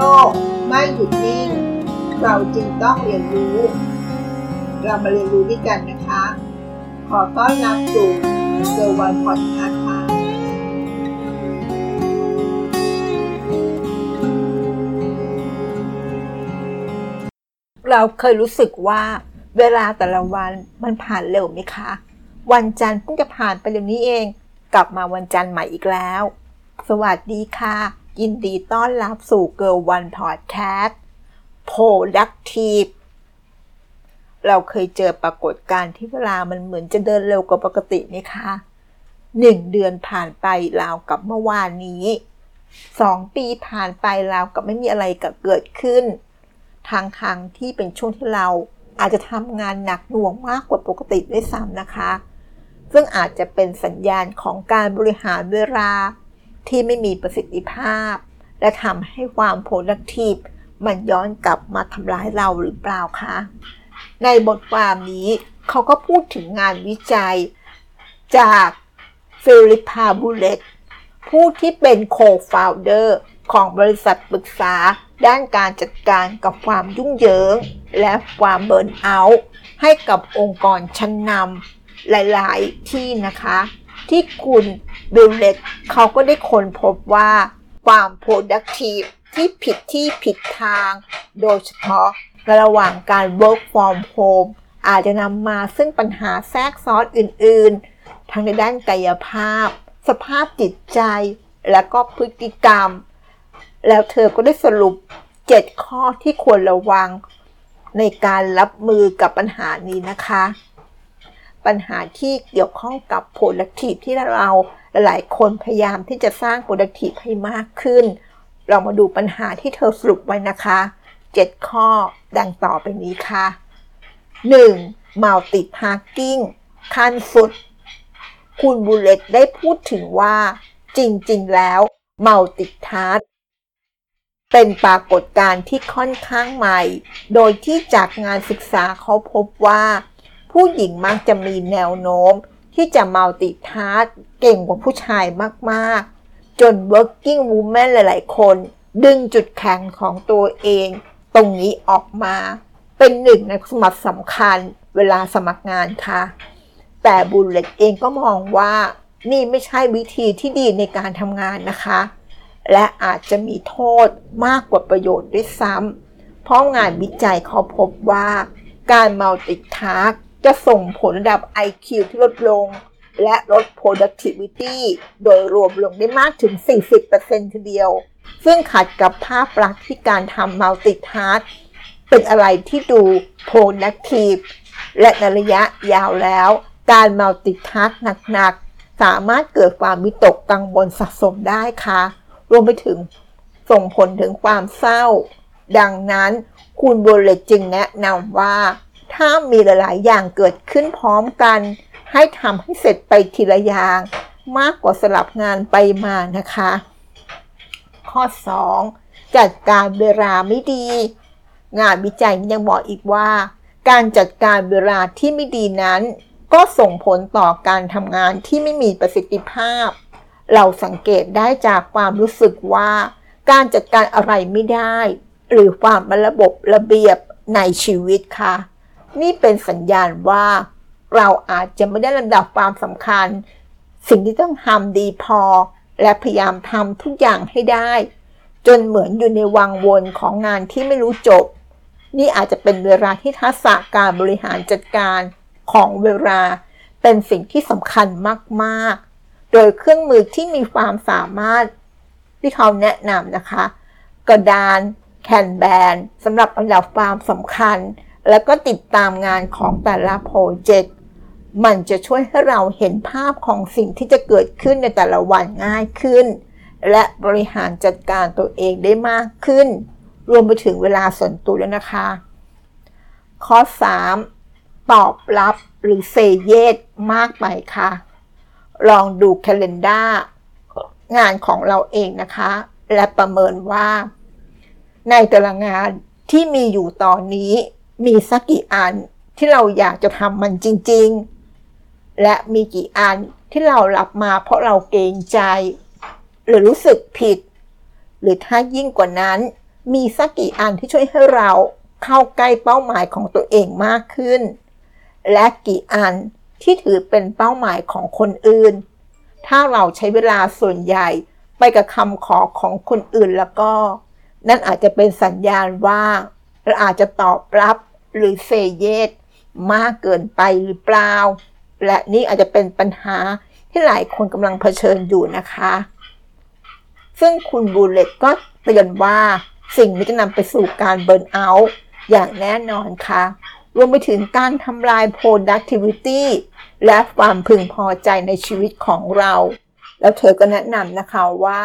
กไม่หยุดนิ่งเราจึงต้องเรียนรู้เรามาเรียนรู้ด้วยกันนะคะขอต้อนรับสู่เซอร์วันพอดคาสต์ค่ะเราเคยรู้สึกว่าเวลาแต่ละวันมันผ่านเร็วไหมคะวันจันทร์เพิ่งจะผ่านไปเดี๋ยวนี้เองกลับมาวันจันทร์ใหม่อีกแล้วสวัสดีค่ะยินดีต้อนรับสู่ Girl One Podcast Productive เราเคยเจอปรากฏการณ์ที่เวลามันเหมือนจะเดินเร็วกว่าปกติไหมคะ1 เดือนผ่านไปราวกับเมื่อวานนี้2 ปีผ่านไปราวกับไม่มีอะไรเกิดขึ้นทางที่เป็นช่วงที่เราอาจจะทำงานหนักหน่วงมากกว่าปกติด้วยซ้ำนะคะซึ่งอาจจะเป็นสัญญาณของการบริหารเวลาที่ไม่มีประสิทธิภาพและทำให้ความ productive มันย้อนกลับมาทำร้ายเราหรือเปล่าคะในบทความนี้เขาก็พูดถึงงานวิจัยจากฟิลิปปาบูเลตผู้ที่เป็น co-founder ของบริษัทปรึกษาด้านการจัดการกับความยุ่งเหยิงและความเบิร์นเอาท์ให้กับองค์กรชั้นนำหลายๆที่นะคะที่คุณบิลเลตเขาก็ได้ค้นพบว่าความ productive ที่ผิดทางโดยเฉพาะระหว่างการ work from home อาจจะนำมาซึ่งปัญหาแทรกซ้อนอื่นๆทั้งในด้านกายภาพสภาพจิตใจและก็พฤติกรรมแล้วเธอก็ได้สรุป7 ข้อที่ควรระวังในการรับมือกับปัญหานี้นะคะปัญหาที่เกี่ยวข้องกับ productive ที่เราหลายคนพยายามที่จะสร้าง productive ให้มากขึ้นเรามาดูปัญหาที่เธอสรุปไว้นะคะ7 ข้อดังต่อไปนี้ค่ะ 1. Multitasking ขั้นสุดคุณบูเลตได้พูดถึงว่าจริงๆแล้ว Multitask เป็นปรากฏการณ์ที่ค่อนข้างใหม่โดยที่จากงานศึกษาเขาพบว่าผู้หญิงมักจะมีแนวโน้มที่จะ Multitask เก่งกว่าผู้ชายมากๆจน working woman หลายๆคนดึงจุดแข็งของตัวเองตรงนี้ออกมาเป็นหนึ่งในสมบัติสำคัญเวลาสมัครงานค่ะแต่บูลเลตเองก็มองว่านี่ไม่ใช่วิธีที่ดีในการทำงานนะคะและอาจจะมีโทษมากกว่าประโยชน์ด้วยซ้ำเพราะงานวิจัยเขาพบว่าการ Multitask จะส่งผลระดับ IQ ที่ลดลงและลด productivity โดยรวมลงได้มากถึง 40% ทีเดียวซึ่งขัดกับภาพลักษณ์ที่การทำ Multitask เป็นอะไรที่ดู productive และในระยะยาวแล้วการ Multitask หนักๆสามารถเกิดความวิตกกังวลสะสมได้ค่ะรวมไปถึงส่งผลถึงความเศร้าดังนั้นคุณบูเลตจึงแนะนำว่าถ้ามีหลายๆอย่างเกิดขึ้นพร้อมกันให้ทำให้เสร็จไปทีละอย่างมากกว่าสลับงานไปมานะคะข้อ 2. จัดการเวลาไม่ดีงานวิจัยยังบอกอีกว่าการจัดการเวลาที่ไม่ดีนั้นก็ส่งผลต่อการทำงานที่ไม่มีประสิทธิภาพเราสังเกตได้จากความรู้สึกว่าการจัดการอะไรไม่ได้หรือความเป็นระบบระเบียบในชีวิตค่ะนี่เป็นสัญญาณว่าเราอาจจะไม่ได้ลำดับความสำคัญสิ่งที่ต้องทำดีพอและพยายามทำทุกอย่างให้ได้จนเหมือนอยู่ในวังวนของงานที่ไม่รู้จบนี่อาจจะเป็นเวลาที่ทักษะการบริหารจัดการของเวลาเป็นสิ่งที่สำคัญมากๆโดยเครื่องมือที่มีความสามารถที่เขาแนะนำนะคะกระดานแคนแบนสำหรับลำดับความสำคัญแล้วก็ติดตามงานของแต่ละโปรเจกต์มันจะช่วยให้เราเห็นภาพของสิ่งที่จะเกิดขึ้นในแต่ละวันง่ายขึ้นและบริหารจัดการตัวเองได้มากขึ้นรวมไปถึงเวลาส่วนตัวด้วยนะคะข้อ 3. ตอบรับหรือเซเยสมากไปค่ะลองดูแคเลนดาร์งานของเราเองนะคะและประเมินว่าในแต่ละงานที่มีอยู่ตอนนี้มีสักกี่อันที่เราอยากจะทำมันจริงๆและมีกี่อันที่เรารับมาเพราะเราเกรงใจหรือรู้สึกผิดหรือถ้ายิ่งกว่านั้นมีสักกี่อันที่ช่วยให้เราเข้าใกล้เป้าหมายของตัวเองมากขึ้นและกี่อันที่ถือเป็นเป้าหมายของคนอื่นถ้าเราใช้เวลาส่วนใหญ่ไปกับคำขอของคนอื่นแล้วก็นั่นอาจจะเป็นสัญญาณว่าเราอาจจะตอบรับหรือเซเยสมากเกินไปหรือเปล่าและนี่อาจจะเป็นปัญหาที่หลายคนกำลังเผชิญอยู่นะคะซึ่งคุณบูเลตก็เตือนว่าสิ่งนี้จะนำไปสู่การเบิร์นเอาท์อย่างแน่นอนค่ะรวมไปถึงการทำลาย productivity และความพึงพอใจในชีวิตของเราแล้วเธอก็แนะนำนะคะว่า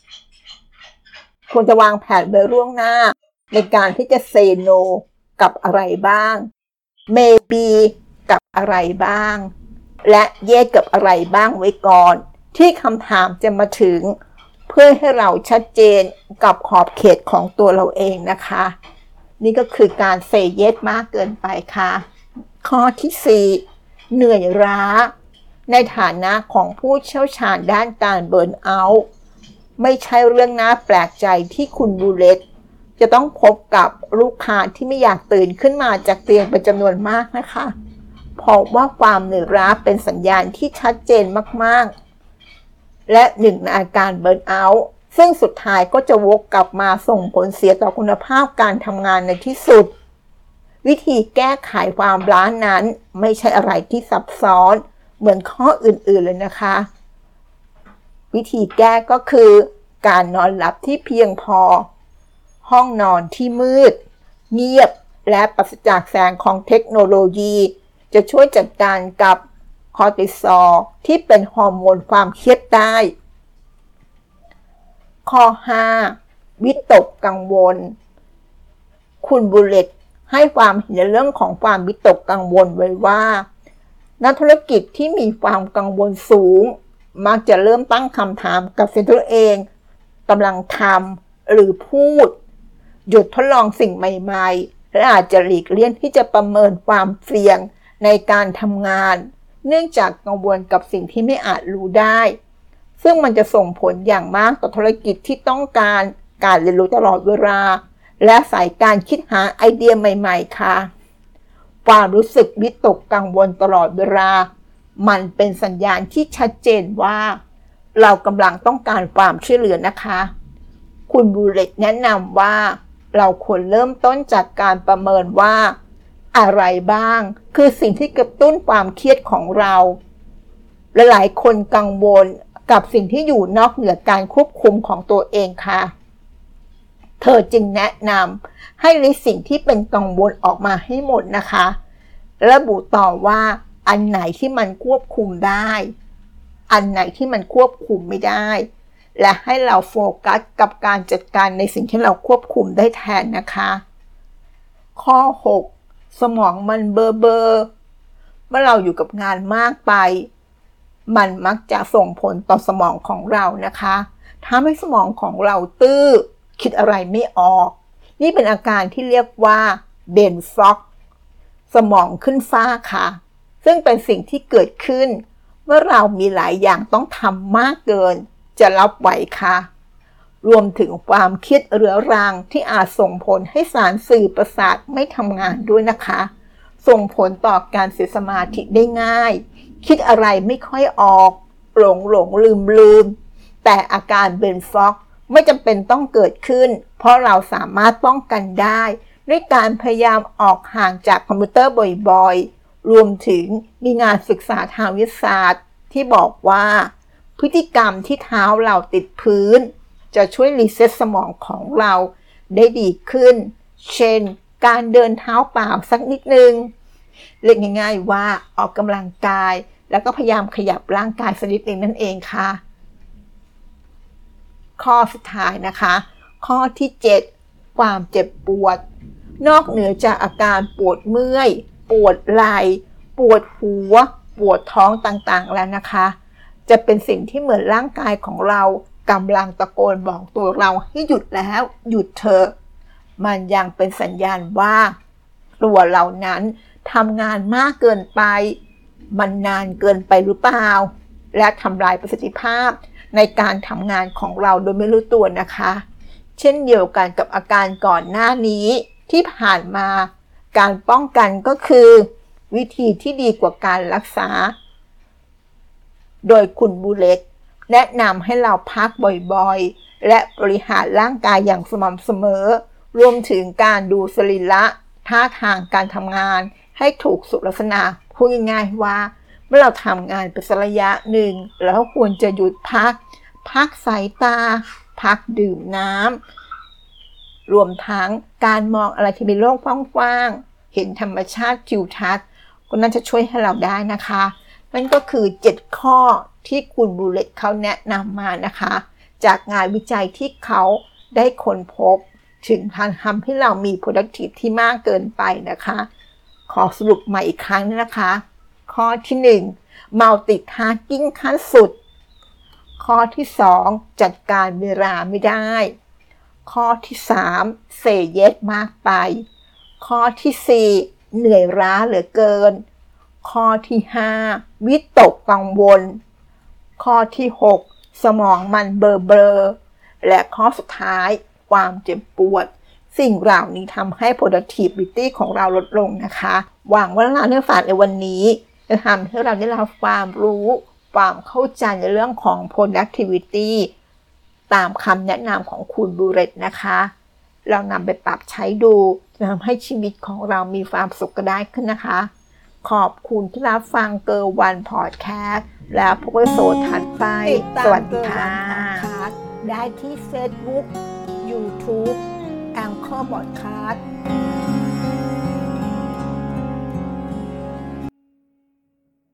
ควรจะวางแผนไว้ล่วงหน้าในการที่จะ say no กับอะไรบ้าง maybe กับอะไรบ้างและ yes กับอะไรบ้างไว้ก่อนที่คำถามจะมาถึงเพื่อให้เราชัดเจนกับขอบเขตของตัวเราเองนะคะนี่ก็คือการ say yes มากเกินไปค่ะข้อที่4เหนื่อยล้าในฐานะของผู้เชี่ยวชาญด้านการเบิร์นเอาท์ไม่ใช่เรื่องน่าแปลกใจที่คุณบูเลตจะต้องพบกับลูกค้าที่ไม่อยากตื่นขึ้นมาจากเตียงเป็นจำนวนมากนะคะเพราะว่าความเหนื่อยล้าเป็นสัญญาณที่ชัดเจนมากๆและหนึ่งในอาการเบิร์นเอาท์ซึ่งสุดท้ายก็จะวกกลับมาส่งผลเสียต่อคุณภาพการทำงานในที่สุดวิธีแก้ไขความล้านั้นไม่ใช่อะไรที่ซับซ้อนเหมือนข้ออื่นๆเลยนะคะวิธีแก้ก็คือการนอนหลับที่เพียงพอห้องนอนที่มืดเงียบและปราศจากแสงของเทคโนโลยีจะช่วยจัดการกับคอร์ติซอลที่เป็นฮอร์โมนความเครียดได้ข้อ5วิตกกังวลคุณบูเลตให้ความเห็นในเรื่องของความวิตกกังวลไว้ว่านักธุรกิจที่มีความกังวลสูงมักจะเริ่มตั้งคำถามกับสิ่งที่ตัวเองกำลังทำหรือพูดหยุดทดลองสิ่งใหม่ๆและอาจจะหลีกเลี่ยงที่จะประเมินความเสี่ยงในการทำงานเนื่องจากกังวลกับสิ่งที่ไม่อาจรู้ได้ซึ่งมันจะส่งผลอย่างมากต่อธุรกิจที่ต้องการเรียนรู้ตลอดเวลาและสายการคิดหาไอเดียใหม่ๆค่ะความรู้สึกวิตกกังวลตลอดเวลามันเป็นสัญญาณที่ชัดเจนว่าเรากำลังต้องการความช่วยเหลือนะคะคุณบูเลตแนะนำว่าเราควรเริ่มต้นจากการประเมินว่าอะไรบ้างคือสิ่งที่กระตุ้นความเครียดของเราและหลายคนกังวลกับสิ่งที่อยู่นอกเหนือการควบคุมของตัวเองค่ะเธอจึงแนะนำให้ลิสต์สิ่งที่เป็นกังวลออกมาให้หมดนะคะระบุต่อว่าอันไหนที่มันควบคุมได้อันไหนที่มันควบคุมไม่ได้และให้เราโฟกัสกับการจัดการในสิ่งที่เราควบคุมได้แทนนะคะข้อ6สมองมันเบอเมื่อเราอยู่กับงานมากไปมันมักจะส่งผลต่อสมองของเรานะคะทำให้สมองของเราตื้อคิดอะไรไม่ออกนี่เป็นอาการที่เรียกว่าเบรนฟ็อกสมองขึ้นฟ้าค่ะซึ่งเป็นสิ่งที่เกิดขึ้นเมื่อเรามีหลายอย่างต้องทำมากเกินจะรับไหวค่ะรวมถึงความเครียดเรื้อรังที่อาจส่งผลให้สารสื่อประสาทไม่ทำงานด้วยนะคะส่งผลต่อการเสียสมาธิได้ง่ายคิดอะไรไม่ค่อยออกหลงลืมแต่อาการเบรนฟ็อกไม่จำเป็นต้องเกิดขึ้นเพราะเราสามารถป้องกันได้ด้วยการพยายามออกห่างจากคอมพิวเตอร์บ่อยๆรวมถึงมีงานศึกษาทางวิทยาศาสตร์ที่บอกว่าพฤติกรรมที่เท้าเราติดพื้นจะช่วยรีเซ็ตสมองของเราได้ดีขึ้นเช่นการเดินเท้าเปล่าสักนิดนึงเรียกง่ายๆว่าออกกำลังกายแล้วก็พยายามขยับร่างกายสักนิดนึงนั่นเองค่ะข้อสุดท้ายนะคะข้อที่7ความเจ็บปวดนอกเหนือจากอาการปวดเมื่อยปวดไหล่ปวดหัวปวดท้องต่างๆแล้วนะคะจะเป็นสิ่งที่เหมือนร่างกายของเรากำลังตะโกนบอกตัวเราให้หยุดแล้วหยุดเถอะมันยังเป็นสัญญาณว่าตัวเรานั้นทำงานมากเกินไปมันนานเกินไปหรือเปล่าและทำลายประสิทธิภาพในการทำงานของเราโดยไม่รู้ตัวนะคะเช่นเดียวกันกับอาการก่อนหน้านี้ที่ผ่านมาการป้องกันก็คือวิธีที่ดีกว่าการรักษาโดยคุณบูเลตแนะนำให้เราพักบ่อยๆและบริหารร่างกายอย่างสม่ำเสมอรวมถึงการดูสรีระท่าทางการทำงานให้ถูกสุขลักษณะพูดง่ายๆว่าเมื่อเราทำงานเป็นระยะหนึ่งแล้วควรจะหยุดพักสายตาพักดื่มน้ำรวมทั้งการมองอะไรที่เป็นโลกกว้างๆเห็นธรรมชาติทิวทัศน์ก็น่าจะช่วยให้เราได้นะคะนั่นก็คือ7ข้อที่คุณบูเลตเขาแนะนำมานะคะจากงานวิจัยที่เขาได้ค้นพบถึงการทำให้เรามี productive ที่มากเกินไปนะคะขอสรุปใหม่อีกครั้งนะคะข้อที่1 multitasking ขั้นสุดข้อที่2จัดการเวลาไม่ได้ข้อที่3 say yes มากไปข้อที่4เหนื่อยล้าเหลือเกินข้อที่5วิตกกังวลข้อที่6สมองมันเบลอและข้อสุดท้ายความเจ็บปวดสิ่งเหล่านี้ทำให้ productivity ของเราลดลงนะคะหวังว่าเนื้อหาในวันนี้จะทำให้เราได้รับความรู้ความเข้าใจในเรื่องของ productivity ตามคำแนะนำของคุณบูเลตนะคะเรานำไปปรับใช้ดูจะทำให้ชีวิตของเรามีความสุขก็ได้ขึ้นนะคะขอบคุณที่รับฟังเกอร์วันพอดแคสต์แล้วพบกันโซถัดไปสวัสดีค่ะได้ที่ Facebook YouTube Anchor Podcast